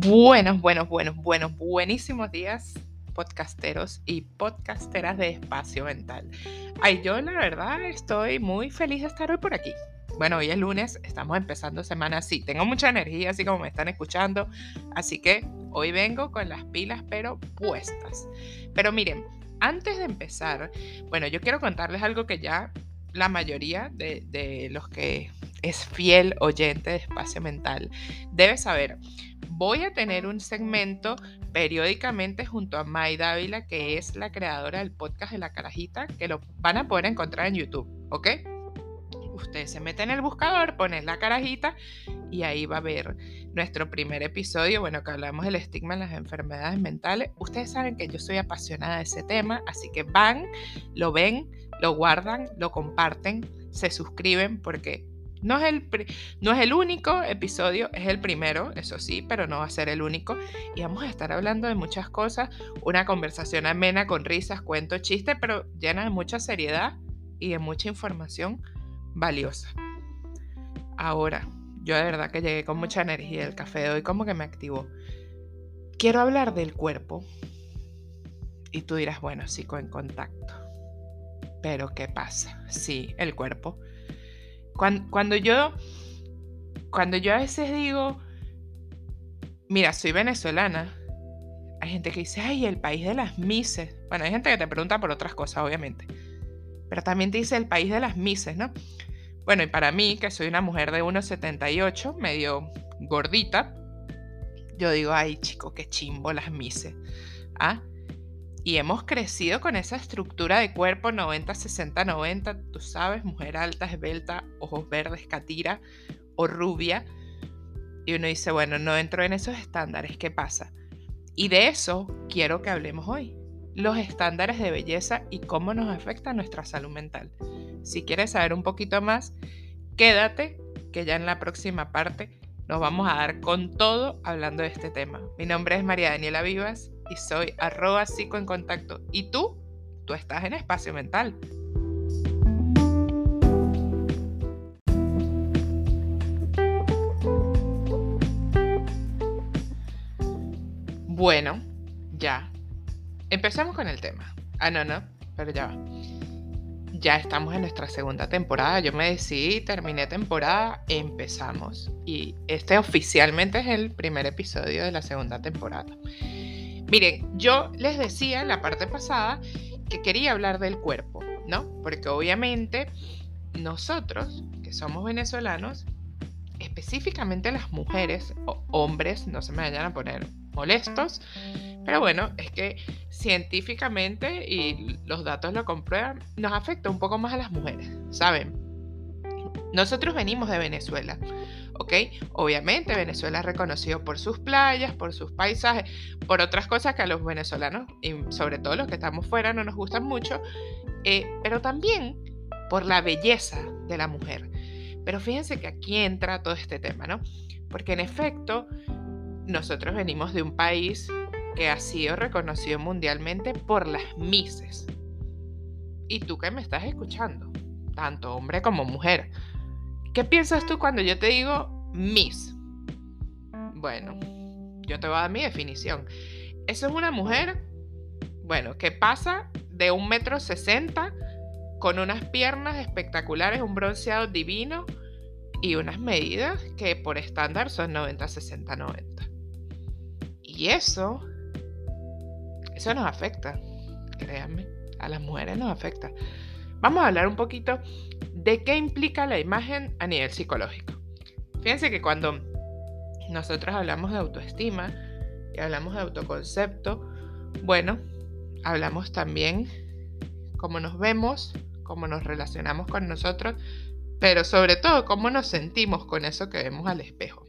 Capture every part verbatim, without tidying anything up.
Buenos, buenos, buenos, buenos, buenísimos días, podcasteros y podcasteras de Espacio Mental. Ay, yo la verdad estoy muy feliz de estar hoy por aquí. Bueno, hoy es lunes, estamos empezando semana así. Tengo mucha energía, así como me están escuchando. Así que hoy vengo con las pilas, pero puestas. Pero miren, antes de empezar, bueno, yo quiero contarles algo que ya la mayoría de, de los que es fiel oyente de Espacio Mental debe saber. Voy a tener un segmento periódicamente junto a May Dávila, que es la creadora del podcast de La Carajita, que lo van a poder encontrar en YouTube, ¿ok? Usted se mete en el buscador, pone La Carajita y ahí va a ver nuestro primer episodio, bueno, que hablamos del estigma en las enfermedades mentales. Ustedes saben que yo soy apasionada de ese tema, así que van, lo ven, lo guardan, lo comparten, se suscriben porque no es, el, no es el único episodio, es el primero, eso sí, pero no va a ser el único. Y vamos a estar hablando de muchas cosas, una conversación amena con risas, cuentos, chistes, pero llena de mucha seriedad y de mucha información valiosa. Ahora, yo de verdad que llegué con mucha energía, el café de hoy como que me activó. Quiero hablar del cuerpo. Y tú dirás, bueno, psico en contacto. Pero ¿qué pasa? Sí, el cuerpo. Cuando, cuando yo cuando yo a veces digo, mira, soy venezolana, hay gente que dice, ay, el país de las mises. Bueno, hay gente que te pregunta por otras cosas, obviamente. Pero también te dice el país de las mises, ¿no? Bueno, y para mí, que soy una mujer de uno setenta y ocho, medio gordita, yo digo, ay, chico, qué chimbo las mises. ¿Ah? Y hemos crecido con esa estructura de cuerpo noventa, sesenta, noventa, tú sabes, mujer alta, esbelta, ojos verdes, catira o rubia. Y uno dice, bueno, no entro en esos estándares, ¿qué pasa? Y de eso quiero que hablemos hoy. Los estándares de belleza y cómo nos afecta nuestra salud mental. Si quieres saber un poquito más, quédate, que ya en la próxima parte nos vamos a dar con todo hablando de este tema. Mi nombre es María Daniela Vivas y soy arroba psico en contacto. ¿Y tú? Tú estás en Espacio Mental. Bueno, ya. Empezamos con el tema. Ah, no, no, pero ya va. Ya estamos en nuestra segunda temporada. Yo me decidí, terminé temporada, empezamos. Y este oficialmente es el primer episodio de la segunda temporada. Miren, yo les decía en la parte pasada que quería hablar del cuerpo, ¿no? Porque obviamente nosotros, que somos venezolanos, específicamente las mujeres o hombres, no se me vayan a poner molestos, pero bueno, es que científicamente, y los datos lo comprueban, nos afecta un poco más a las mujeres, ¿saben? Nosotros venimos de Venezuela, ¿ok? Obviamente Venezuela es reconocido por sus playas, por sus paisajes, por otras cosas que a los venezolanos, y sobre todo los que estamos fuera, no nos gustan mucho, eh, pero también por la belleza de la mujer. Pero fíjense que aquí entra todo este tema, ¿no? Porque en efecto, nosotros venimos de un país que ha sido reconocido mundialmente por las mises. Y tú que me estás escuchando, tanto hombre como mujer, ¿qué piensas tú cuando yo te digo Miss? Bueno, yo te voy a dar mi definición. Eso es una mujer, bueno, que pasa de un metro sesenta con unas piernas espectaculares, un bronceado divino y unas medidas que por estándar son noventa, sesenta, noventa. Y eso, eso nos afecta, créanme, a las mujeres nos afecta. Vamos a hablar un poquito de qué implica la imagen a nivel psicológico. Fíjense que cuando nosotros hablamos de autoestima y hablamos de autoconcepto, bueno, hablamos también cómo nos vemos, cómo nos relacionamos con nosotros, pero sobre todo cómo nos sentimos con eso que vemos al espejo.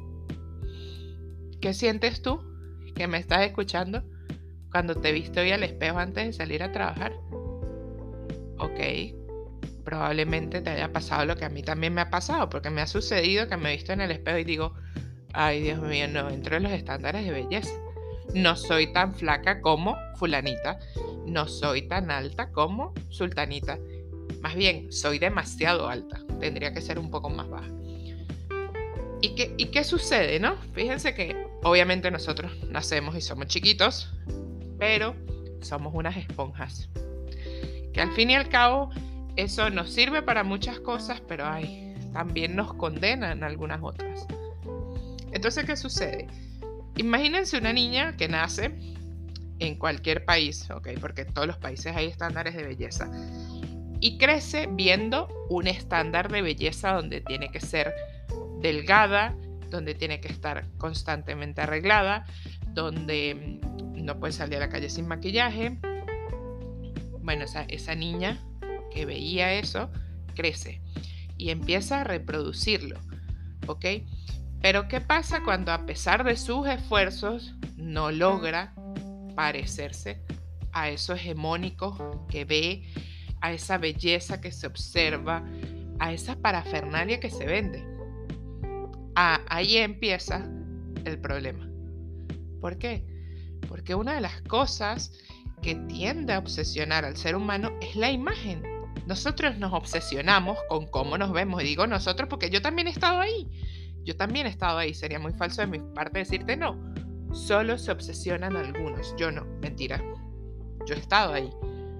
¿Qué sientes tú que me estás escuchando cuando te viste hoy al espejo antes de salir a trabajar? Ok, probablemente te haya pasado lo que a mí también me ha pasado, porque me ha sucedido que me he visto en el espejo y digo, ay, Dios mío, no entro en los estándares de belleza. No soy tan flaca como fulanita, no soy tan alta como sultanita. Más bien, soy demasiado alta, tendría que ser un poco más baja. ¿Y qué, ¿Y qué sucede, no? Fíjense que obviamente nosotros nacemos y somos chiquitos, pero somos unas esponjas. Que al fin y al cabo eso nos sirve para muchas cosas, pero ay, también nos condena en algunas otras. Entonces, ¿qué sucede? Imagínense una niña que nace en cualquier país, ¿ok? Porque en todos los países hay estándares de belleza. Y crece viendo un estándar de belleza donde tiene que ser delgada, donde tiene que estar constantemente arreglada, donde no puede salir a la calle sin maquillaje. Bueno, esa, esa niña que veía eso crece y empieza a reproducirlo, ¿ok? Pero ¿qué pasa cuando a pesar de sus esfuerzos no logra parecerse a eso hegemónico que ve, a esa belleza que se observa, a esa parafernalia que se vende? Ah, ahí empieza el problema. ¿Por qué? Porque una de las cosas que tiende a obsesionar al ser humano es la imagen. Nosotros nos obsesionamos con cómo nos vemos. Y digo nosotros porque yo también he estado ahí. Yo también he estado ahí. Sería muy falso de mi parte decirte no. Solo se obsesionan algunos. Yo no. Mentira. Yo he estado ahí.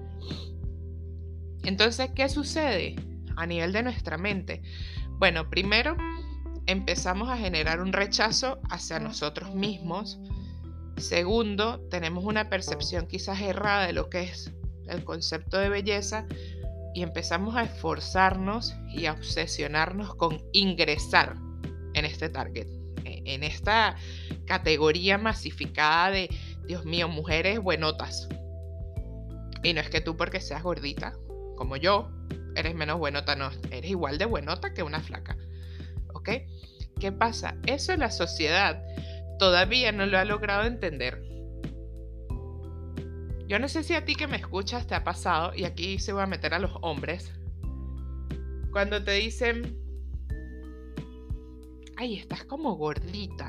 Entonces, ¿qué sucede a nivel de nuestra mente? Bueno, primero empezamos a generar un rechazo hacia nosotros mismos. Segundo, tenemos una percepción quizás errada de lo que es el concepto de belleza y empezamos a esforzarnos y a obsesionarnos con ingresar en este target, en esta categoría masificada de, Dios mío, mujeres buenotas. Y no es que tú porque seas gordita, como yo, eres menos buenota, no, eres igual de buenota que una flaca, ¿ok? ¿Qué pasa? Eso la sociedad todavía no lo ha logrado entender. Yo no sé si a ti que me escuchas te ha pasado, y aquí se va a meter a los hombres, cuando te dicen, ay, estás como gordita.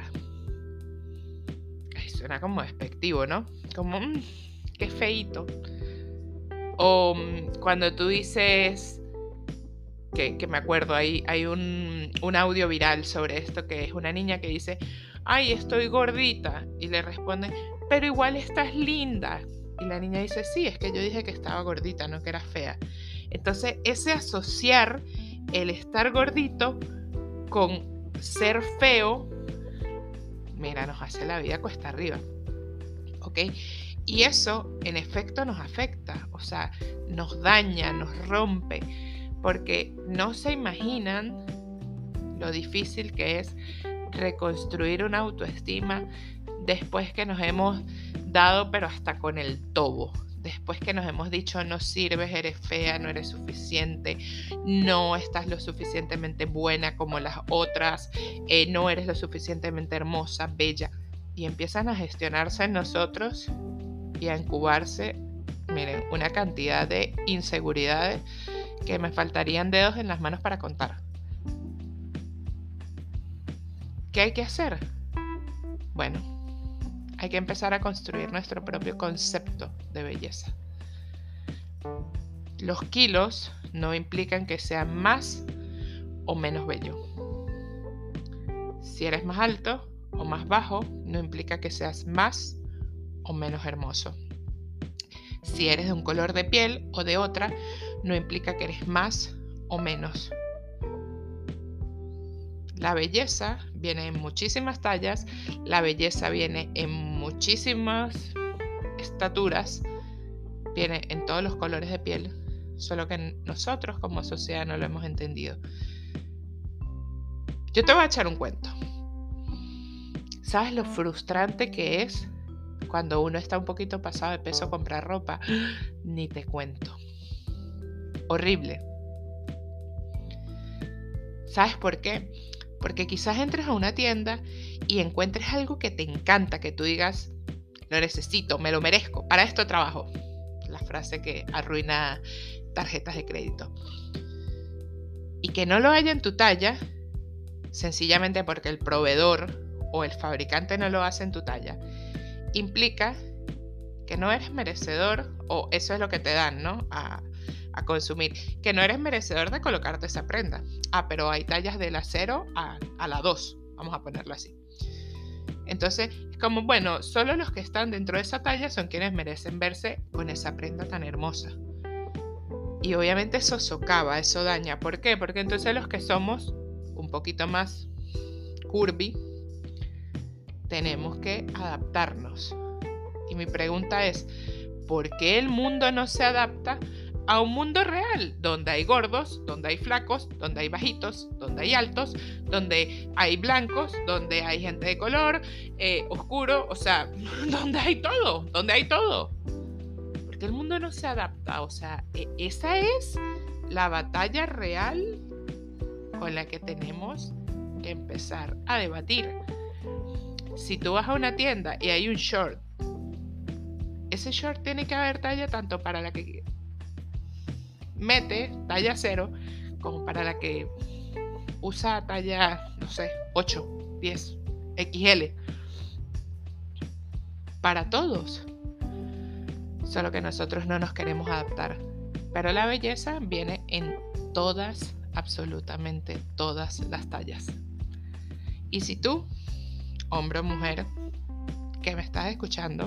Ay, suena como despectivo, ¿no? Como, mmm, qué feíto. O um, cuando tú dices, que, que me acuerdo, hay, hay un, un audio viral sobre esto, que es una niña que dice, ay, estoy gordita, y le responden, pero igual estás linda. Y la niña dice, sí, es que yo dije que estaba gordita, no que era fea. Entonces, ese asociar el estar gordito con ser feo, mira, nos hace la vida cuesta arriba, ¿ok? Y eso, en efecto, nos afecta, o sea, nos daña, nos rompe, porque no se imaginan lo difícil que es reconstruir una autoestima después que nos hemos dado, pero hasta con el tobo. Después que nos hemos dicho, no sirves, eres fea, no eres suficiente, no estás lo suficientemente buena como las otras, eh, no eres lo suficientemente hermosa, bella. Y empiezan a gestionarse en nosotros y a incubarse, miren, una cantidad de inseguridades que me faltarían dedos en las manos para contar. ¿Qué hay que hacer? Bueno, hay que empezar a construir nuestro propio concepto de belleza. Los kilos no implican que sea más o menos bello. Si eres más alto o más bajo, no implica que seas más o menos hermoso. Si eres de un color de piel o de otra, no implica que eres más o menos. La belleza viene en muchísimas tallas, la belleza viene en muchísimas estaturas, viene en todos los colores de piel, solo que nosotros como sociedad no lo hemos entendido. Yo te voy a echar un cuento. ¿Sabes lo frustrante que es cuando uno está un poquito pasado de peso comprar ropa? Ni te cuento. Horrible. ¿Sabes por qué? Porque quizás entres a una tienda y encuentres algo que te encanta, que tú digas, lo necesito, me lo merezco, para esto trabajo. La frase que arruina tarjetas de crédito. Y que no lo haya en tu talla, sencillamente porque el proveedor o el fabricante no lo hace en tu talla, implica que no eres merecedor, o eso es lo que te dan, ¿no? A, a consumir, que no eres merecedor de colocarte esa prenda. Ah, pero hay tallas de la cero a, a la dos. vamos a ponerlo así. Entonces, es como, bueno, solo los que están dentro de esa talla son quienes merecen verse con esa prenda tan hermosa. Y obviamente eso socava, eso daña. ¿Por qué? Porque entonces los que somos un poquito más curvy, tenemos que adaptarnos. Y mi pregunta es, ¿por qué el mundo no se adapta a un mundo real? Donde hay gordos, donde hay flacos, donde hay bajitos, donde hay altos, donde hay blancos, donde hay gente de color, eh, oscuro, o sea, donde hay todo, donde hay todo. Porque el mundo no se adapta, o sea, esa es la batalla real con la que tenemos que empezar a debatir. Si tú vas a una tienda y hay un short, ese short tiene que haber talla tanto para la que mete talla cero como para la que usa talla, no sé, ocho, diez, equis ele. Para todos. Solo que nosotros no nos queremos adaptar. Pero la belleza viene en todas, absolutamente todas las tallas. Y si tú, hombre o mujer, que me estás escuchando,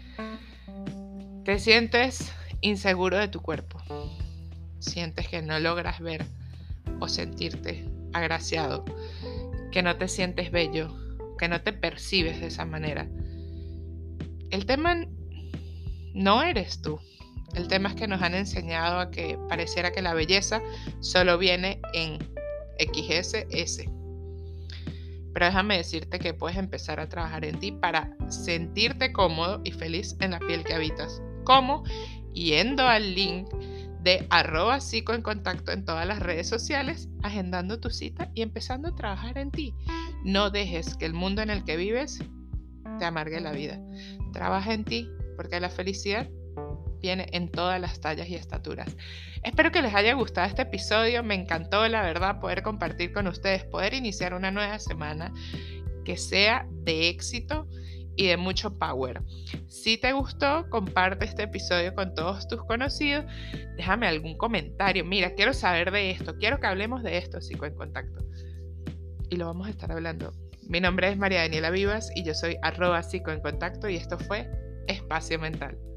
te sientes inseguro de tu cuerpo, sientes que no logras ver o sentirte agraciado, que no te sientes bello, que no te percibes de esa manera, el tema no eres tú. El tema es que nos han enseñado a que pareciera que la belleza solo viene en equis ese ese. Pero déjame decirte que puedes empezar a trabajar en ti para sentirte cómodo y feliz en la piel que habitas. ¿Cómo? Yendo al link de arroba psico en contacto en todas las redes sociales, agendando tu cita y empezando a trabajar en ti. No dejes que el mundo en el que vives te amargue la vida. Trabaja en ti, porque la felicidad viene en todas las tallas y estaturas. Espero que les haya gustado este episodio. Me encantó, la verdad, poder compartir con ustedes, poder iniciar una nueva semana que sea de éxito y de mucho power. Si te gustó, comparte este episodio con todos tus conocidos. Déjame algún comentario. Mira, quiero saber de esto. Quiero que hablemos de esto, Psico en Contacto. Y lo vamos a estar hablando. Mi nombre es María Daniela Vivas y yo soy arroba Psico en Contacto y esto fue Espacio Mental.